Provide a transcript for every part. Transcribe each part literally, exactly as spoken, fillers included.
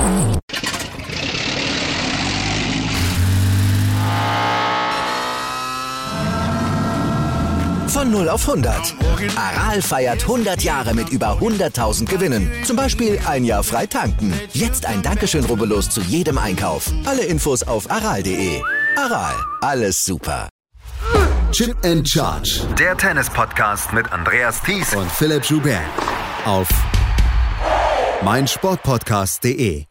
Von null auf hundert. Aral feiert hundert Jahre mit über hunderttausend Gewinnen. Zum Beispiel ein Jahr frei tanken. Jetzt ein Dankeschön, rubbellos zu jedem Einkauf. Alle Infos auf aral punkt de. Aral, alles super. Chip and Charge. Der Tennis-Podcast mit Andreas Thies und Philipp Joubert. Auf meinsportpodcast punkt de.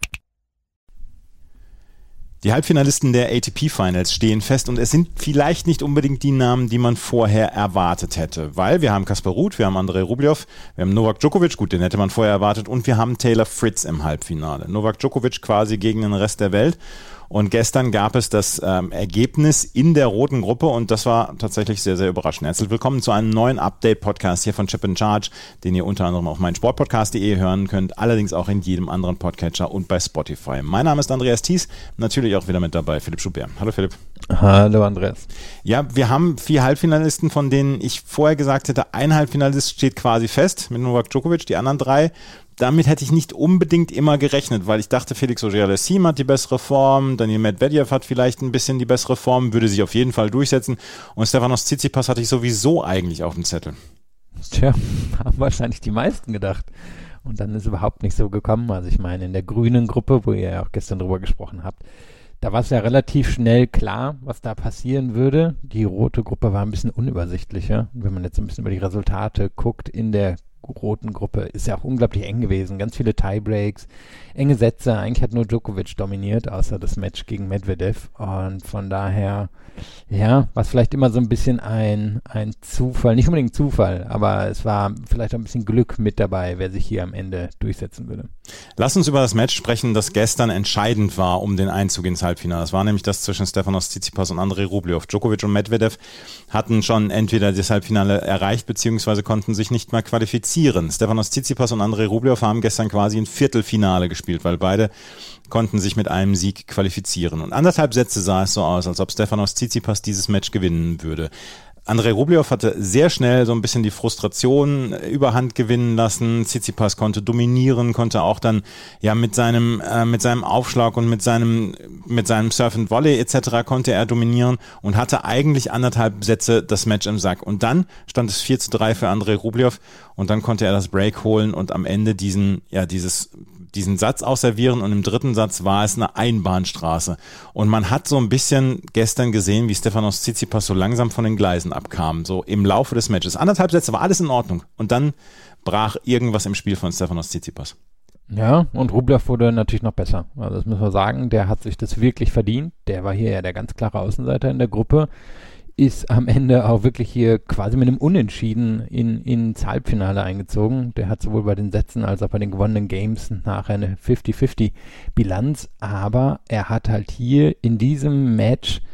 Die Halbfinalisten der A T P Finals stehen fest und es sind vielleicht nicht unbedingt die Namen, die man vorher erwartet hätte, weil wir haben Kaspar Ruud, wir haben Andrei Rublev, wir haben Novak Djokovic, gut, den hätte man vorher erwartet, und wir haben Taylor Fritz im Halbfinale. Novak Djokovic quasi gegen den Rest der Welt. Und gestern gab es das ähm, Ergebnis in der roten Gruppe und das war tatsächlich sehr, sehr überraschend. Herzlich willkommen zu einem neuen Update-Podcast hier von Chip and Charge, den ihr unter anderem auf meinsportpodcast punkt de hören könnt, allerdings auch in jedem anderen Podcatcher und bei Spotify. Mein Name ist Andreas Thies, natürlich auch wieder mit dabei Philipp Joubert. Hallo Philipp. Hallo Andreas. Ja, wir haben vier Halbfinalisten, von denen ich vorher gesagt hätte, ein Halbfinalist steht quasi fest mit Novak Djokovic, die anderen drei. Damit hätte ich nicht unbedingt immer gerechnet, weil ich dachte, Felix Auger-Aliassime hat die bessere Form, Daniil Medvedev hat vielleicht ein bisschen die bessere Form, würde sich auf jeden Fall durchsetzen, und Stefanos Tsitsipas hatte ich sowieso eigentlich auf dem Zettel. Tja, haben wahrscheinlich die meisten gedacht. Und dann ist überhaupt nicht so gekommen. Also ich meine, in der grünen Gruppe, wo ihr ja auch gestern drüber gesprochen habt, da war es ja relativ schnell klar, was da passieren würde. Die rote Gruppe war ein bisschen unübersichtlicher. Wenn man jetzt ein bisschen über die Resultate guckt in der roten Gruppe, ist ja auch unglaublich eng gewesen. Ganz viele Tiebreaks, enge Sätze. Eigentlich hat nur Djokovic dominiert, außer das Match gegen Medvedev. Und von daher, ja, war es vielleicht immer so ein bisschen ein, ein Zufall. Nicht unbedingt Zufall, aber es war vielleicht auch ein bisschen Glück mit dabei, wer sich hier am Ende durchsetzen würde. Lass uns über das Match sprechen, das gestern entscheidend war um den Einzug ins Halbfinale. Das war nämlich das zwischen Stefanos Tsitsipas und Andrei Rublev. Djokovic und Medvedev hatten schon entweder das Halbfinale erreicht, beziehungsweise konnten sich nicht mehr qualifizieren. Stefanos Tsitsipas und Andrei Rublev haben gestern quasi ein Viertelfinale gespielt, weil beide konnten sich mit einem Sieg qualifizieren. Und anderthalb Sätze sah es so aus, als ob Stefanos Tsitsipas dieses Match gewinnen würde. Andrei Rublev hatte sehr schnell so ein bisschen die Frustration überhand gewinnen lassen. Tsitsipas konnte dominieren, konnte auch dann ja mit seinem äh, mit seinem Aufschlag und mit seinem mit seinem Surf and Volley et cetera konnte er dominieren und hatte eigentlich anderthalb Sätze das Match im Sack. Und dann stand es vier zu drei für Andrei Rublev und dann konnte er das Break holen und am Ende diesen ja dieses diesen Satz ausservieren, und im dritten Satz war es eine Einbahnstraße. Und man hat so ein bisschen gestern gesehen, wie Stefanos Tsitsipas so langsam von den Gleisen abkam, so im Laufe des Matches. Anderthalb Sätze war alles in Ordnung. Und dann brach irgendwas im Spiel von Stefanos Tsitsipas. Ja, und Rublev wurde natürlich noch besser. Also das müssen wir sagen, der hat sich das wirklich verdient. Der war hier ja der ganz klare Außenseiter in der Gruppe. Ist am Ende auch wirklich hier quasi mit einem Unentschieden in, ins Halbfinale eingezogen. Der hat sowohl bei den Sätzen als auch bei den gewonnenen Games nachher eine fünfzig fünfzig Bilanz, aber er hat halt hier in diesem Match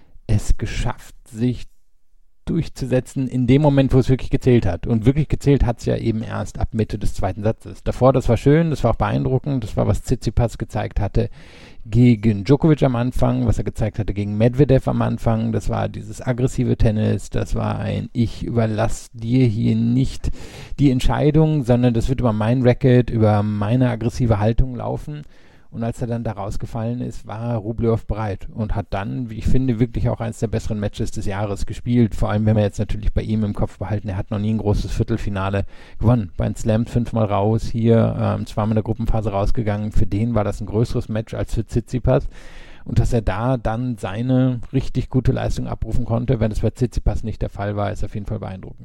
es geschafft, sich durchzusetzen in dem Moment, wo es wirklich gezählt hat. Und wirklich gezählt hat es ja eben erst ab Mitte des zweiten Satzes. Davor, das war schön, das war auch beeindruckend, das war, was Tsitsipas gezeigt hatte gegen Djokovic am Anfang, was er gezeigt hatte gegen Medvedev am Anfang, das war dieses aggressive Tennis, das war ein ich überlasse dir hier nicht die Entscheidung, sondern das wird über mein Racket, über meine aggressive Haltung laufen. Und als er dann da rausgefallen ist, war Rublev bereit und hat dann, wie ich finde, wirklich auch eines der besseren Matches des Jahres gespielt. Vor allem, wenn wir jetzt natürlich bei ihm im Kopf behalten, er hat noch nie ein großes Viertelfinale gewonnen. Bei den Slams fünfmal raus, hier ähm, zweimal in der Gruppenphase rausgegangen. Für den war das ein größeres Match als für Tsitsipas. Und dass er da dann seine richtig gute Leistung abrufen konnte, wenn das bei Tsitsipas nicht der Fall war, ist auf jeden Fall beeindruckend.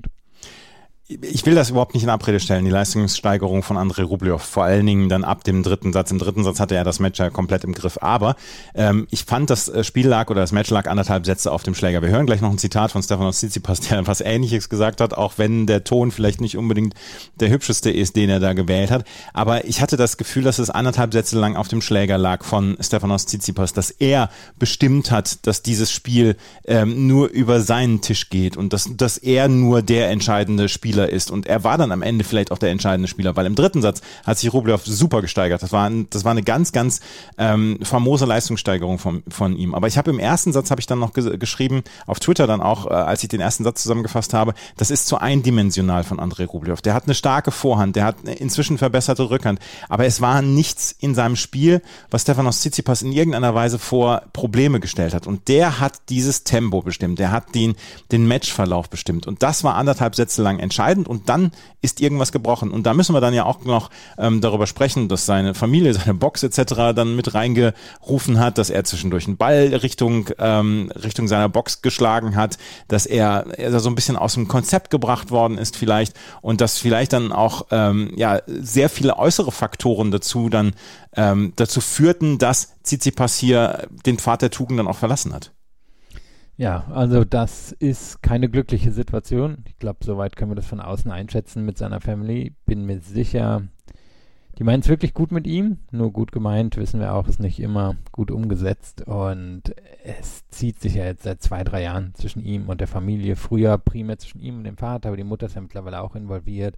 Ich will das überhaupt nicht in Abrede stellen, die Leistungssteigerung von Andrei Rublev, vor allen Dingen dann ab dem dritten Satz. Im dritten Satz hatte er das Match ja komplett im Griff, aber ähm, ich fand, das Spiel lag oder das Match lag anderthalb Sätze auf dem Schläger. Wir hören gleich noch ein Zitat von Stefanos Tsitsipas, der was Ähnliches gesagt hat, auch wenn der Ton vielleicht nicht unbedingt der hübscheste ist, den er da gewählt hat. Aber ich hatte das Gefühl, dass es anderthalb Sätze lang auf dem Schläger lag von Stefanos Tsitsipas, dass er bestimmt hat, dass dieses Spiel ähm, nur über seinen Tisch geht und dass, dass er nur der entscheidende Spieler Spieler ist und er war dann am Ende vielleicht auch der entscheidende Spieler, weil im dritten Satz hat sich Rublev super gesteigert. Das war, ein, das war eine ganz, ganz ähm, famose Leistungssteigerung von, von ihm. Aber ich habe im ersten Satz, habe ich dann noch ge- geschrieben, auf Twitter dann auch, äh, als ich den ersten Satz zusammengefasst habe, das ist zu eindimensional von Andrei Rublev. Der hat eine starke Vorhand, der hat eine inzwischen verbesserte Rückhand, aber es war nichts in seinem Spiel, was Stefanos Tsitsipas in irgendeiner Weise vor Probleme gestellt hat. Und der hat dieses Tempo bestimmt, der hat den, den Matchverlauf bestimmt. Und das war anderthalb Sätze lang entscheidend und dann ist irgendwas gebrochen. Und da müssen wir dann ja auch noch ähm, darüber sprechen, dass seine Familie, seine Box et cetera dann mit reingerufen hat, dass er zwischendurch einen Ball Richtung, ähm, Richtung seiner Box geschlagen hat, dass er, er so ein bisschen aus dem Konzept gebracht worden ist vielleicht und dass vielleicht dann auch ähm, ja sehr viele äußere Faktoren dazu dann ähm, dazu führten, dass Tsitsipas hier den Pfad der Tugend dann auch verlassen hat. Ja, also das ist keine glückliche Situation. Ich glaube, soweit können wir das von außen einschätzen mit seiner Family. Bin mir sicher, die meinen es wirklich gut mit ihm. Nur gut gemeint, wissen wir auch, ist nicht immer gut umgesetzt. Und es zieht sich ja jetzt seit zwei, drei Jahren zwischen ihm und der Familie. Früher primär zwischen ihm und dem Vater, aber die Mutter ist ja mittlerweile auch involviert.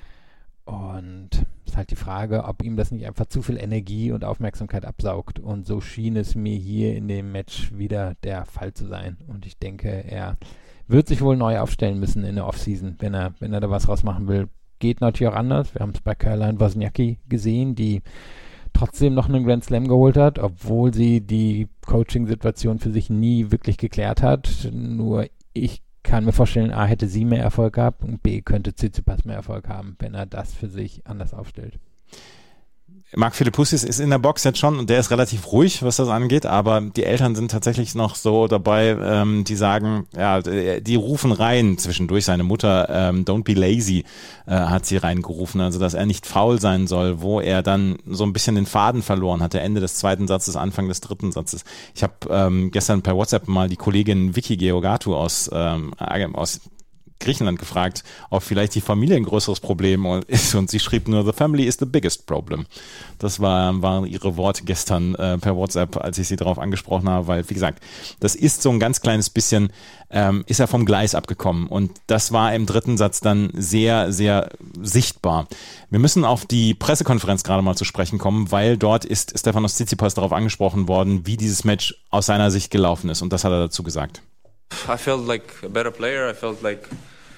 Und es ist halt die Frage, ob ihm das nicht einfach zu viel Energie und Aufmerksamkeit absaugt. Und so schien es mir hier in dem Match wieder der Fall zu sein. Und ich denke, er wird sich wohl neu aufstellen müssen in der Offseason, wenn er, wenn er da was rausmachen will. Geht natürlich auch anders. Wir haben es bei Caroline Wozniacki gesehen, die trotzdem noch einen Grand Slam geholt hat, obwohl sie die Coaching-Situation für sich nie wirklich geklärt hat. Nur ich kann mir vorstellen, A, hätte sie mehr Erfolg gehabt und B, könnte Tsitsipas mehr Erfolg haben, wenn er das für sich anders aufstellt. Marc Philippoussis ist in der Box jetzt schon und der ist relativ ruhig, was das angeht, aber die Eltern sind tatsächlich noch so dabei, ähm, die sagen, ja, die rufen rein zwischendurch. Seine Mutter, ähm, don't be lazy, äh, hat sie reingerufen, also dass er nicht faul sein soll, wo er dann so ein bisschen den Faden verloren hatte, Ende des zweiten Satzes, Anfang des dritten Satzes. Ich habe ähm, gestern per WhatsApp mal die Kollegin Vicky Georgatou aus, ähm, aus Griechenland gefragt, ob vielleicht die Familie ein größeres Problem ist und sie schrieb nur, the family is the biggest problem. Das war, waren ihre Worte gestern äh, per WhatsApp, als ich sie darauf angesprochen habe, weil, wie gesagt, das ist so ein ganz kleines bisschen, ähm, ist er vom Gleis abgekommen und das war im dritten Satz dann sehr, sehr sichtbar. Wir müssen auf die Pressekonferenz gerade mal zu sprechen kommen, weil dort ist Stefanos Tsitsipas darauf angesprochen worden, wie dieses Match aus seiner Sicht gelaufen ist und das hat er dazu gesagt. I felt like a better player. I felt like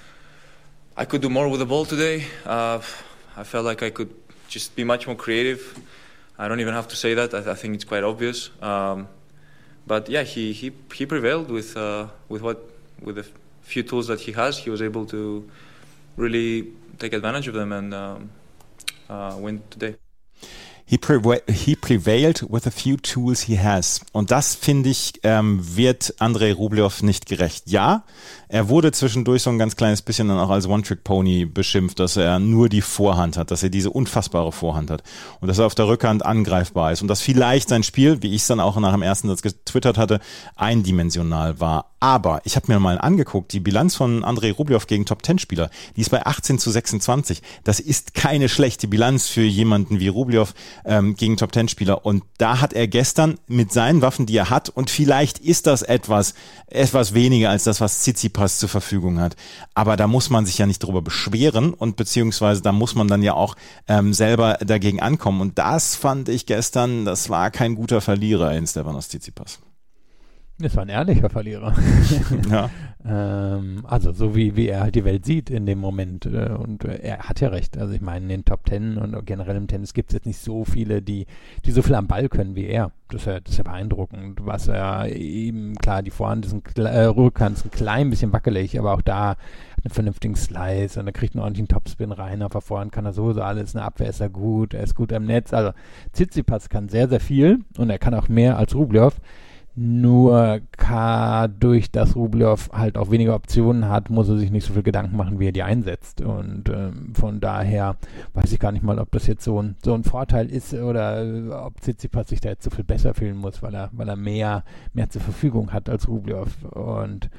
I could do more with the ball today. Uh, I felt like I could just be much more creative. I don't even have to say that. I, I think it's quite obvious. Um, but yeah, he he he prevailed with uh, with what with the few tools that he has. He was able to really take advantage of them and um, uh, win today. He, preva- he prevailed with a few tools he has. Und das, finde ich, ähm, wird Andrei Rublev nicht gerecht. Ja, er wurde zwischendurch so ein ganz kleines bisschen dann auch als One-Trick-Pony beschimpft, dass er nur die Vorhand hat, dass er diese unfassbare Vorhand hat und dass er auf der Rückhand angreifbar ist und dass vielleicht sein Spiel, wie ich es dann auch nach dem ersten Satz getwittert hatte, eindimensional war. Aber ich habe mir mal angeguckt, die Bilanz von Andrei Rublev gegen Top-Ten-Spieler, die ist bei achtzehn zu sechsundzwanzig. Das ist keine schlechte Bilanz für jemanden wie Rublev ähm, gegen Top-Ten-Spieler. Und da hat er gestern mit seinen Waffen, die er hat, und vielleicht ist das etwas, etwas weniger als das, was Tsitsipas zur Verfügung hat. Aber da muss man sich ja nicht drüber beschweren und beziehungsweise da muss man dann ja auch ähm, selber dagegen ankommen. Und das fand ich gestern, das war kein guter Verlierer in Stefanos Tsitsipas. Das war ein ehrlicher Verlierer. Ja. ähm, also so wie, wie er halt die Welt sieht in dem Moment. Äh, und äh, er hat ja recht. Also ich meine, in den Top Ten und generell im Tennis gibt es jetzt nicht so viele, die, die so viel am Ball können wie er. Das ist ja, das ist ja beeindruckend. Was er eben, klar, die Vorhand ist ein, äh, Rückhand ist ein klein bisschen wackelig, aber auch da einen vernünftigen Slice und er kriegt einen ordentlichen Topspin rein. Auf der Vorhand kann er so, so alles. Eine Abwehr ist er gut, er ist gut am Netz. Also Tsitsipas kann sehr, sehr viel und er kann auch mehr als Rublev. Nur dadurch, dass Rublev halt auch weniger Optionen hat, muss er sich nicht so viel Gedanken machen, wie er die einsetzt. Und ähm, von daher weiß ich gar nicht mal, ob das jetzt so ein, so ein Vorteil ist oder äh, ob Tsitsipas sich da jetzt so viel besser fühlen muss, weil er, weil er mehr, mehr zur Verfügung hat als Rublev. Und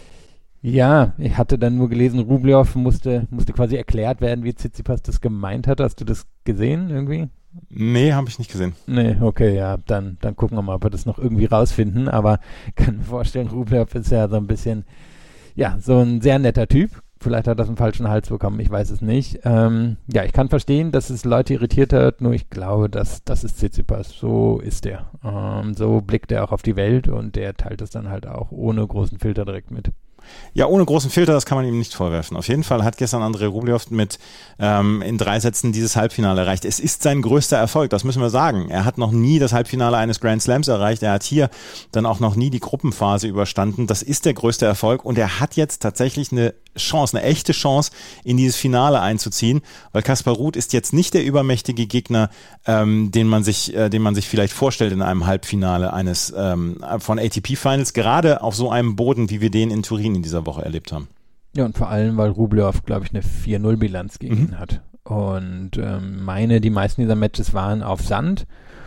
ja, ich hatte dann nur gelesen, Rublev musste, musste quasi erklärt werden, wie Tsitsipas das gemeint hat. Hast du das gesehen irgendwie? Nee, habe ich nicht gesehen. Nee, okay, ja, dann, dann gucken wir mal, ob wir das noch irgendwie rausfinden, aber kann mir vorstellen, Rublev ist ja so ein bisschen, ja, so ein sehr netter Typ, vielleicht hat das einen falschen Hals bekommen, ich weiß es nicht. Ähm, ja, ich kann verstehen, dass es Leute irritiert hat, nur ich glaube, dass das ist Tsitsipas. So ist der. Ähm, so blickt er auch auf die Welt und der teilt es dann halt auch ohne großen Filter direkt mit. Ja, ohne großen Filter, das kann man ihm nicht vorwerfen. Auf jeden Fall hat gestern Andrei Rublev mit ähm, in drei Sätzen dieses Halbfinale erreicht. Es ist sein größter Erfolg, das müssen wir sagen. Er hat noch nie das Halbfinale eines Grand Slams erreicht. Er hat hier dann auch noch nie die Gruppenphase überstanden. Das ist der größte Erfolg und er hat jetzt tatsächlich eine Chance, eine echte Chance, in dieses Finale einzuziehen, weil Kaspar Ruud ist jetzt nicht der übermächtige Gegner, ähm, den man sich, äh, den man sich vielleicht vorstellt in einem Halbfinale eines ähm, von A T P Finals, gerade auf so einem Boden, wie wir den in Turin in dieser Woche erlebt haben. Ja, und vor allem, weil Rublev, glaube ich, eine vier null Bilanz gegen ihn mhm. hat. Und ähm, meine, die meisten dieser Matches waren auf Sand.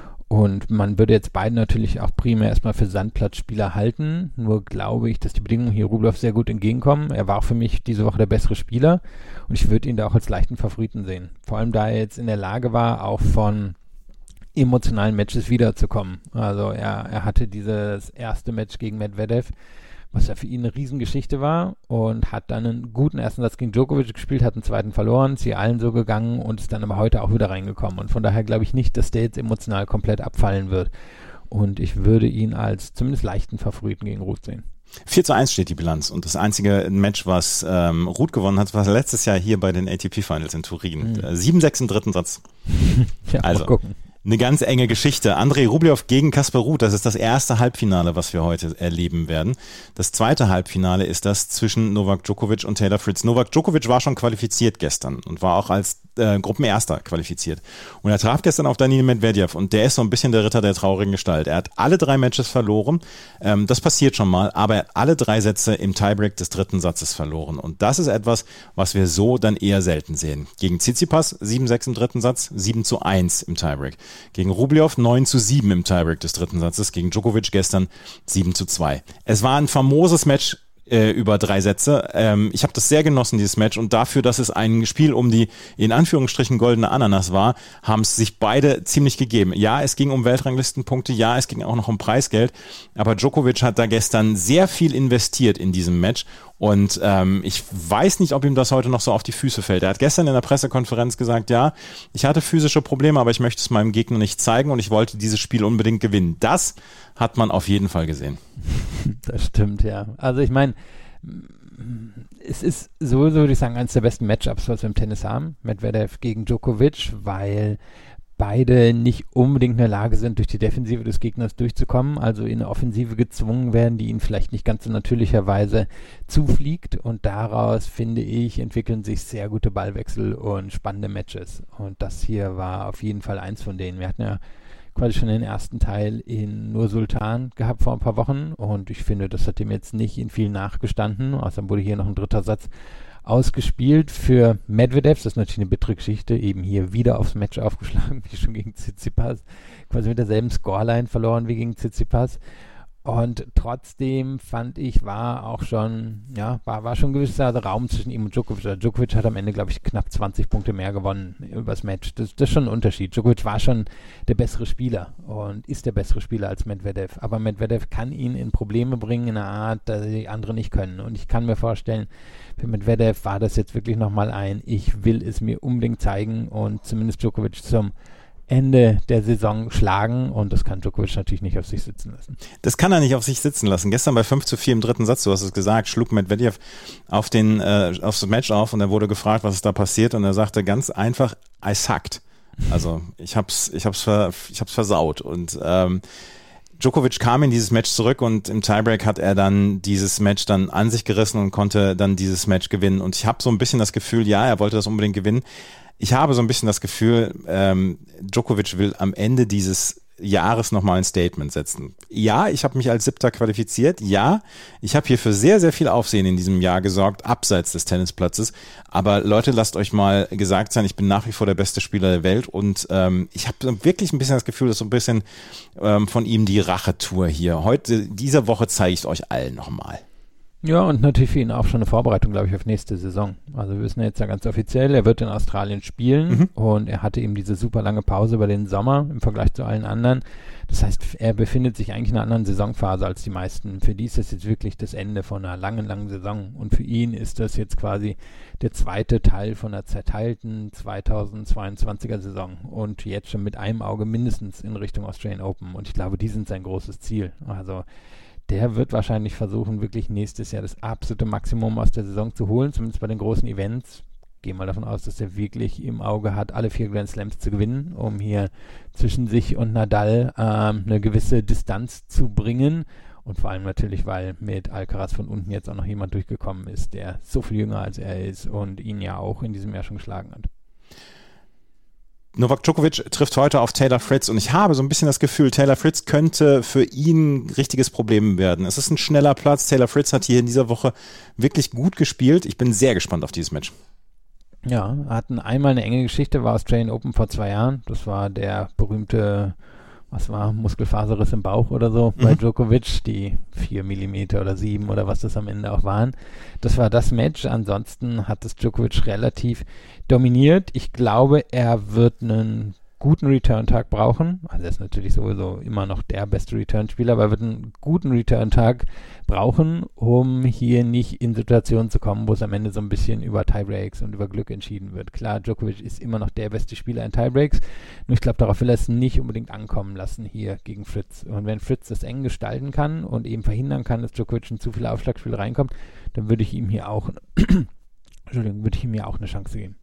Und man würde jetzt beide natürlich auch primär erstmal für Sandplatzspieler halten. Nur glaube ich, dass die Bedingungen hier Rublev sehr gut entgegenkommen. Er war auch für mich diese Woche der bessere Spieler. Und ich würde ihn da auch als leichten Favoriten sehen. Vor allem, da er jetzt in der Lage war, auch von emotionalen Matches wiederzukommen. Also er, er hatte dieses erste Match gegen Medvedev, was ja für ihn eine Riesengeschichte war, und hat dann einen guten ersten Satz gegen Djokovic gespielt, hat einen zweiten verloren, ist hier allen so gegangen und ist dann aber heute auch wieder reingekommen. Und von daher glaube ich nicht, dass der jetzt emotional komplett abfallen wird. Und ich würde ihn als zumindest leichten Favoriten gegen Ruud sehen. vier zu eins steht die Bilanz und das einzige Match, was ähm, Ruud gewonnen hat, war letztes Jahr hier bei den A T P Finals in Turin. Mhm. sieben sechs im dritten Satz. Ja, also mal gucken. Eine ganz enge Geschichte. Andrei Rublev gegen Kaspar Ruud, das ist das erste Halbfinale, was wir heute erleben werden. Das zweite Halbfinale ist das zwischen Novak Djokovic und Taylor Fritz. Novak Djokovic war schon qualifiziert gestern und war auch als äh, Gruppenerster qualifiziert. Und er traf gestern auf Daniil Medvedev und der ist so ein bisschen der Ritter der traurigen Gestalt. Er hat alle drei Matches verloren, ähm, das passiert schon mal, aber er hat alle drei Sätze im Tiebreak des dritten Satzes verloren. Und das ist etwas, was wir so dann eher selten sehen. Gegen Tsitsipas sieben sechs im dritten Satz, sieben zu eins im Tiebreak. Gegen Rublev neun zu sieben im Tiebreak des dritten Satzes, gegen Djokovic gestern sieben zu zwei. Es war ein famoses Match äh, über drei Sätze. Ähm, ich habe das sehr genossen, dieses Match, und dafür, dass es ein Spiel um die in Anführungsstrichen goldene Ananas war, haben es sich beide ziemlich gegeben. Ja, es ging um Weltranglistenpunkte, ja, es ging auch noch um Preisgeld, aber Djokovic hat da gestern sehr viel investiert in diesem Match. Und ähm, ich weiß nicht, ob ihm das heute noch so auf die Füße fällt. Er hat gestern in der Pressekonferenz gesagt, ja, ich hatte physische Probleme, aber ich möchte es meinem Gegner nicht zeigen und ich wollte dieses Spiel unbedingt gewinnen. Das hat man auf jeden Fall gesehen. Das stimmt, ja. Also ich meine, es ist sowieso, würde ich sagen, eines der besten Matchups, was wir im Tennis haben. Medvedev gegen Djokovic, weil beide nicht unbedingt in der Lage sind, durch die Defensive des Gegners durchzukommen, also in eine Offensive gezwungen werden, die ihnen vielleicht nicht ganz so natürlicherweise zufliegt, und daraus, finde ich, entwickeln sich sehr gute Ballwechsel und spannende Matches, und das hier war auf jeden Fall eins von denen. Wir hatten ja quasi schon den ersten Teil in Nur-Sultan gehabt vor ein paar Wochen, und ich finde, das hat dem jetzt nicht in viel nachgestanden, außerdem wurde hier noch ein dritter Satz ausgespielt für Medvedev. Das ist natürlich eine bittere Geschichte, eben hier wieder aufs Match aufgeschlagen, wie schon gegen Tsitsipas, quasi mit derselben Scoreline verloren wie gegen Tsitsipas. Und trotzdem fand ich, war auch schon, ja, war, war schon ein gewisser Raum zwischen ihm und Djokovic. Also Djokovic hat am Ende, glaube ich, knapp zwanzig Punkte mehr gewonnen übers Match. Das, das ist schon ein Unterschied. Djokovic war schon der bessere Spieler und ist der bessere Spieler als Medvedev. Aber Medvedev kann ihn in Probleme bringen in einer Art, dass die anderen nicht können. Und ich kann mir vorstellen, für Medvedev war das jetzt wirklich nochmal ein, ich will es mir unbedingt zeigen und zumindest Djokovic zum Ende der Saison schlagen, und das kann Djokovic natürlich nicht auf sich sitzen lassen. Das kann er nicht auf sich sitzen lassen. Gestern bei fünf zu vier im dritten Satz, du hast es gesagt, schlug Medvedev auf den, äh, aufs Match auf, und er wurde gefragt, was ist da passiert, und er sagte ganz einfach, I sucked. Also ich hab's, ich hab's, ver, ich hab's versaut, und ähm, Djokovic kam in dieses Match zurück, und im Tiebreak hat er dann dieses Match dann an sich gerissen und konnte dann dieses Match gewinnen, und ich habe so ein bisschen das Gefühl, ja, er wollte das unbedingt gewinnen. Ich habe so ein bisschen das Gefühl, ähm, Djokovic will am Ende dieses Jahres nochmal ein Statement setzen. Ja, ich habe mich als Siebter qualifiziert. Ja, ich habe hier für sehr, sehr viel Aufsehen in diesem Jahr gesorgt, abseits des Tennisplatzes. Aber Leute, lasst euch mal gesagt sein, ich bin nach wie vor der beste Spieler der Welt, und ähm, ich habe wirklich ein bisschen das Gefühl, dass so ein bisschen ähm, von ihm die Rachetour hier. Heute, diese Woche zeige ich es euch allen nochmal. Ja, und natürlich für ihn auch schon eine Vorbereitung, glaube ich, auf nächste Saison. Also wir wissen jetzt ja ganz offiziell, er wird in Australien spielen mhm. und er hatte eben diese super lange Pause über den Sommer im Vergleich zu allen anderen. Das heißt, er befindet sich eigentlich in einer anderen Saisonphase als die meisten. Für die ist das jetzt wirklich das Ende von einer langen, langen Saison. Und für ihn ist das jetzt quasi der zweite Teil von einer zerteilten zweitausendzweiundzwanziger Saison. Und jetzt schon mit einem Auge mindestens in Richtung Australian Open. Und ich glaube, die sind sein großes Ziel. Also der wird wahrscheinlich versuchen, wirklich nächstes Jahr das absolute Maximum aus der Saison zu holen, zumindest bei den großen Events. Gehen mal davon aus, dass er wirklich im Auge hat, alle vier Grand Slams zu gewinnen, um hier zwischen sich und Nadal ähm, eine gewisse Distanz zu bringen. Und vor allem natürlich, weil mit Alcaraz von unten jetzt auch noch jemand durchgekommen ist, der so viel jünger als er ist und ihn ja auch in diesem Jahr schon geschlagen hat. Novak Djokovic trifft heute auf Taylor Fritz und ich habe so ein bisschen das Gefühl, Taylor Fritz könnte für ihn ein richtiges Problem werden. Es ist ein schneller Platz. Taylor Fritz hat hier in dieser Woche wirklich gut gespielt. Ich bin sehr gespannt auf dieses Match. Ja, hatten einmal eine enge Geschichte, war Australian Open vor zwei Jahren. Das war der berühmte, was war, Muskelfaserriss im Bauch oder so mhm. bei Djokovic, die vier Millimeter oder sieben oder was das am Ende auch waren. Das war das Match. Ansonsten hat es Djokovic relativ dominiert. Ich glaube, er wird einen guten Return-Tag brauchen. Also er ist natürlich sowieso immer noch der beste Return-Spieler, aber er wird einen guten Return-Tag brauchen, um hier nicht in Situationen zu kommen, wo es am Ende so ein bisschen über Tiebreaks und über Glück entschieden wird. Klar, Djokovic ist immer noch der beste Spieler in Tiebreaks, nur ich glaube, darauf will er es nicht unbedingt ankommen lassen hier gegen Fritz. Und wenn Fritz das eng gestalten kann und eben verhindern kann, dass Djokovic in zu viele Aufschlagspiele reinkommt, dann würde ich ihm hier auch Entschuldigung, würde ich ihm hier auch eine Chance geben.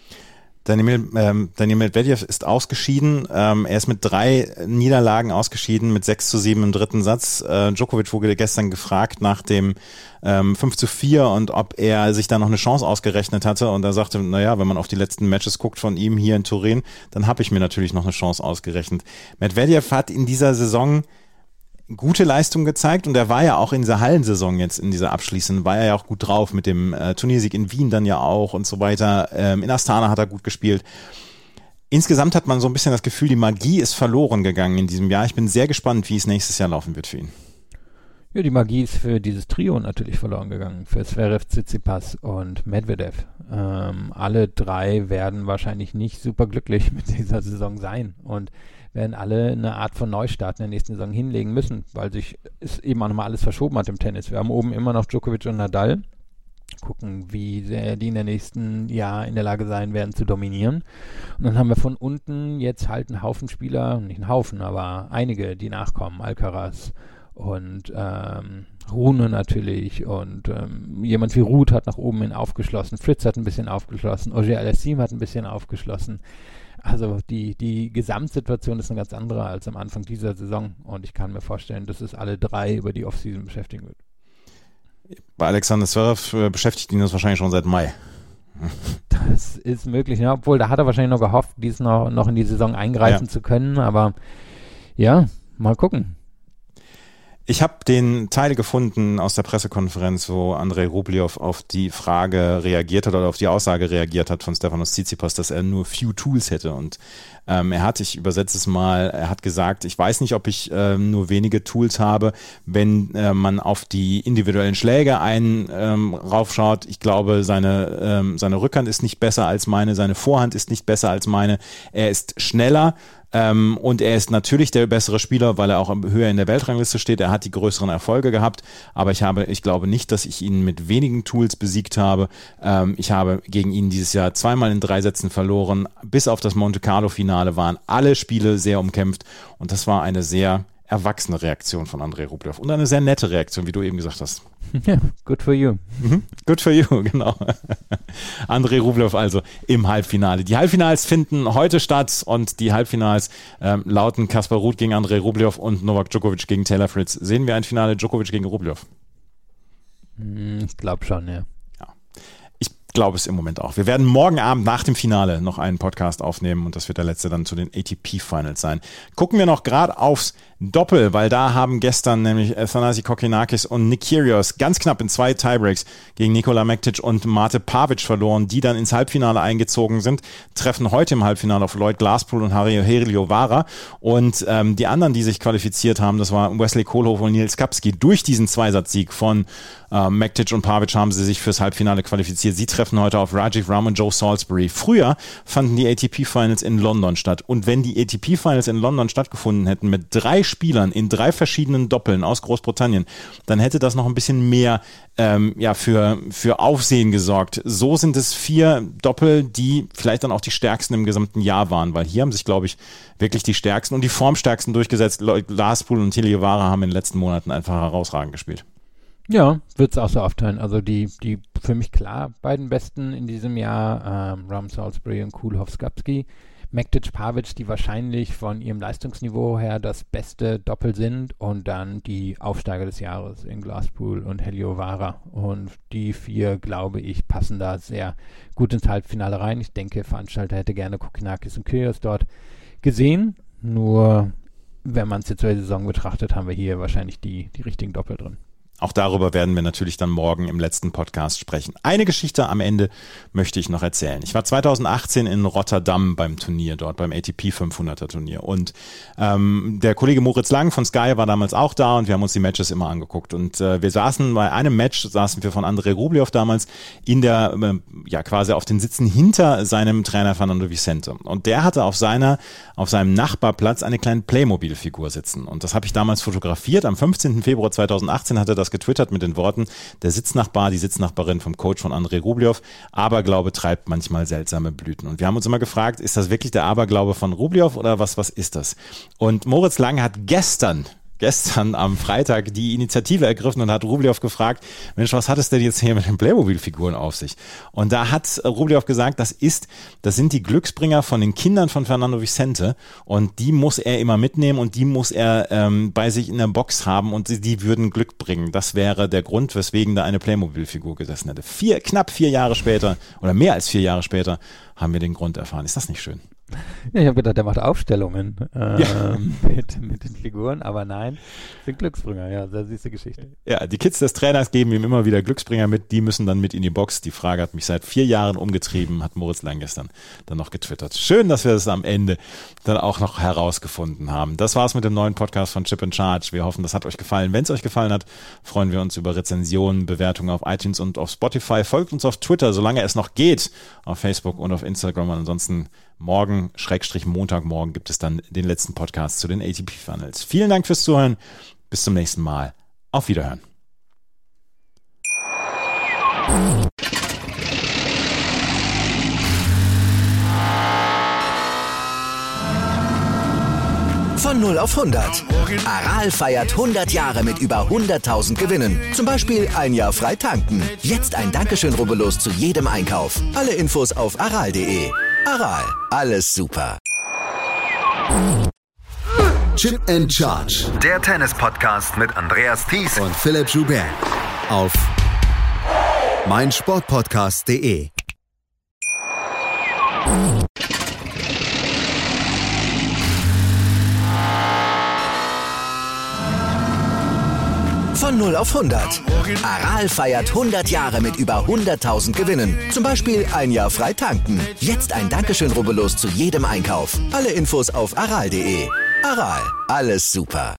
Daniil, ähm, Daniil Medvedev ist ausgeschieden. Ähm, er ist mit drei Niederlagen ausgeschieden, mit sechs zu sieben im dritten Satz. Äh, Djokovic wurde gestern gefragt nach dem ähm, fünf zu vier und ob er sich da noch eine Chance ausgerechnet hatte. Und er sagte, naja, wenn man auf die letzten Matches guckt von ihm hier in Turin, dann habe ich mir natürlich noch eine Chance ausgerechnet. Medvedev hat in dieser Saison gute Leistung gezeigt und er war ja auch in dieser Hallensaison jetzt, in dieser abschließenden, war er ja auch gut drauf mit dem äh, Turniersieg in Wien dann ja auch und so weiter. Ähm, in Astana hat er gut gespielt. Insgesamt hat man so ein bisschen das Gefühl, die Magie ist verloren gegangen in diesem Jahr. Ich bin sehr gespannt, wie es nächstes Jahr laufen wird für ihn. Ja, die Magie ist für dieses Trio natürlich verloren gegangen, für Zverev, Tsitsipas und Medvedev. Ähm, alle drei werden wahrscheinlich nicht super glücklich mit dieser Saison sein und werden alle eine Art von Neustart in der nächsten Saison hinlegen müssen, weil sich es eben auch nochmal alles verschoben hat im Tennis. Wir haben oben immer noch Djokovic und Nadal. Gucken, wie sehr die in der nächsten Jahr in der Lage sein werden zu dominieren. Und dann haben wir von unten jetzt halt einen Haufen Spieler, nicht einen Haufen, aber einige, die nachkommen. Alcaraz und ähm, Rune natürlich und ähm, jemand wie Ruud hat nach oben hin aufgeschlossen. Fritz hat ein bisschen aufgeschlossen. Auger-Aliassime hat ein bisschen aufgeschlossen. Also die, die Gesamtsituation ist eine ganz andere als am Anfang dieser Saison und ich kann mir vorstellen, dass es alle drei über die Offseason beschäftigen wird. Bei Alexander Zverev beschäftigt ihn das wahrscheinlich schon seit Mai. Das ist möglich, ja, obwohl da hat er wahrscheinlich noch gehofft, dies noch, noch in die Saison eingreifen ja. zu können, aber ja, mal gucken. Ich habe den Teil gefunden aus der Pressekonferenz, wo Andrei Rublev auf die Frage reagiert hat oder auf die Aussage reagiert hat von Stefanos Tsitsipas, dass er nur few Tools hätte. Und ähm, er hat, ich übersetze es mal, er hat gesagt, ich weiß nicht, ob ich ähm, nur wenige Tools habe, wenn äh, man auf die individuellen Schläge einen ähm, raufschaut. Ich glaube, seine, ähm, seine Rückhand ist nicht besser als meine, seine Vorhand ist nicht besser als meine. Er ist schneller. Ähm, und er ist natürlich der bessere Spieler, weil er auch höher in der Weltrangliste steht. Er hat die größeren Erfolge gehabt, aber ich habe, ich glaube nicht, dass ich ihn mit wenigen Tools besiegt habe. Ähm, ich habe gegen ihn dieses Jahr zweimal in drei Sätzen verloren. Bis auf das Monte Carlo Finale waren alle Spiele sehr umkämpft und das war eine sehr erwachsene Reaktion von Andrei Rublev und eine sehr nette Reaktion, wie du eben gesagt hast. Ja, good for you. Mhm. Good for you, genau. Andrei Rublev also im Halbfinale. Die Halbfinals finden heute statt und die Halbfinals ähm, lauten Kaspar Ruud gegen Andrei Rublev und Novak Djokovic gegen Taylor Fritz. Sehen wir ein Finale Djokovic gegen Rublev? Ich glaube schon, ja. ja. Ich glaube es im Moment auch. Wir werden morgen Abend nach dem Finale noch einen Podcast aufnehmen und das wird der letzte dann zu den A T P Finals sein. Gucken wir noch gerade aufs Doppel, weil da haben gestern nämlich Thanasi Kokkinakis und Nick Kyrgios ganz knapp in zwei Tiebreaks gegen Nikola Mektic und Mate Pavic verloren, die dann ins Halbfinale eingezogen sind, treffen heute im Halbfinale auf Lloyd Glasspool und Harry Heliovara und ähm, die anderen, die sich qualifiziert haben, das war Wesley Kohlhoff und Niels Kapski. Durch diesen Zweisatzsieg von äh, Mektic und Pavic haben sie sich fürs Halbfinale qualifiziert. Sie treffen heute auf Rajiv Ram und Joe Salisbury. Früher fanden die A T P Finals in London statt und wenn die A T P Finals in London stattgefunden hätten mit drei Spielern in drei verschiedenen Doppeln aus Großbritannien, dann hätte das noch ein bisschen mehr ähm, ja, für, für Aufsehen gesorgt. So sind es vier Doppel, die vielleicht dann auch die stärksten im gesamten Jahr waren, weil hier haben sich, glaube ich, wirklich die stärksten und die formstärksten durchgesetzt. Glasspool und Heliovara haben in den letzten Monaten einfach herausragend gespielt. Ja, wird es auch so aufteilen. Also die, die für mich klar beiden Besten in diesem Jahr, ähm, Ram, Salisbury und Kohlhoff, Skapski. Mektic, Pavic, die wahrscheinlich von ihrem Leistungsniveau her das beste Doppel sind und dann die Aufsteiger des Jahres in Glasspool und Heliovara und die vier, glaube ich, passen da sehr gut ins Halbfinale rein. Ich denke, Veranstalter hätte gerne Kokkinakis und Kyrgios dort gesehen, nur wenn man es jetzt zur Saison betrachtet, haben wir hier wahrscheinlich die, die richtigen Doppel drin. Auch darüber werden wir natürlich dann morgen im letzten Podcast sprechen. Eine Geschichte am Ende möchte ich noch erzählen. Ich war zwanzig achtzehn in Rotterdam beim Turnier dort, beim A T P fünfhunderter Turnier und ähm, der Kollege Moritz Lang von Sky war damals auch da und wir haben uns die Matches immer angeguckt und äh, wir saßen bei einem Match, saßen wir von Andrei Rublev damals in der, äh, ja quasi auf den Sitzen hinter seinem Trainer Fernando Vicente und der hatte auf seiner, auf seinem Nachbarplatz eine kleine Playmobil-Figur sitzen und das habe ich damals fotografiert. Am fünfzehnten Februar zweitausendachtzehn hat er das getwittert mit den Worten, der Sitznachbar, die Sitznachbarin vom Coach von Andrei Rublev, Aberglaube treibt manchmal seltsame Blüten. Und wir haben uns immer gefragt, ist das wirklich der Aberglaube von Rublev oder was, was ist das? Und Moritz Lang hat gestern gestern am Freitag die Initiative ergriffen und hat Rublev gefragt, Mensch, was hat es denn jetzt hier mit den Playmobil-Figuren auf sich? Und da hat Rublev gesagt, das ist, das sind die Glücksbringer von den Kindern von Fernando Vicente und die muss er immer mitnehmen und die muss er ähm, bei sich in der Box haben und die, die würden Glück bringen. Das wäre der Grund, weswegen da eine Playmobil-Figur gesessen hätte. Vier, knapp vier Jahre später oder mehr als vier Jahre später haben wir den Grund erfahren. Ist das nicht schön? Ja, ich habe gedacht, der macht Aufstellungen ähm, ja. mit, mit den Figuren, aber nein, sind Glücksbringer, ja, sehr süße Geschichte. Ja, die Kids des Trainers geben ihm immer wieder Glücksbringer mit, die müssen dann mit in die Box. Die Frage hat mich seit vier Jahren umgetrieben, hat Moritz Lang gestern dann noch getwittert. Schön, dass wir das am Ende dann auch noch herausgefunden haben. Das war's mit dem neuen Podcast von Chip and Charge. Wir hoffen, das hat euch gefallen. Wenn es euch gefallen hat, freuen wir uns über Rezensionen, Bewertungen auf iTunes und auf Spotify. Folgt uns auf Twitter, solange es noch geht, auf Facebook und auf Instagram. Und ansonsten morgen, Schrägstrich Montagmorgen, gibt es dann den letzten Podcast zu den A T P Finals. Vielen Dank fürs Zuhören. Bis zum nächsten Mal. Auf Wiederhören. Von null auf hundert. Aral feiert hundert Jahre mit über hunderttausend Gewinnen. Zum Beispiel ein Jahr frei tanken. Jetzt ein Dankeschön, rubbellos zu jedem Einkauf. Alle Infos auf aral punkt de. Aral, alles super. Chip and Charge. Der Tennis-Podcast mit Andreas Thies und Philipp Joubert. Auf meinsportpodcast punkt de. Von null auf hundert. Aral feiert hundert Jahre mit über hunderttausend Gewinnen. Zum Beispiel ein Jahr frei tanken. Jetzt ein Dankeschön, rubbellos zu jedem Einkauf. Alle Infos auf aral punkt de. Aral, alles super.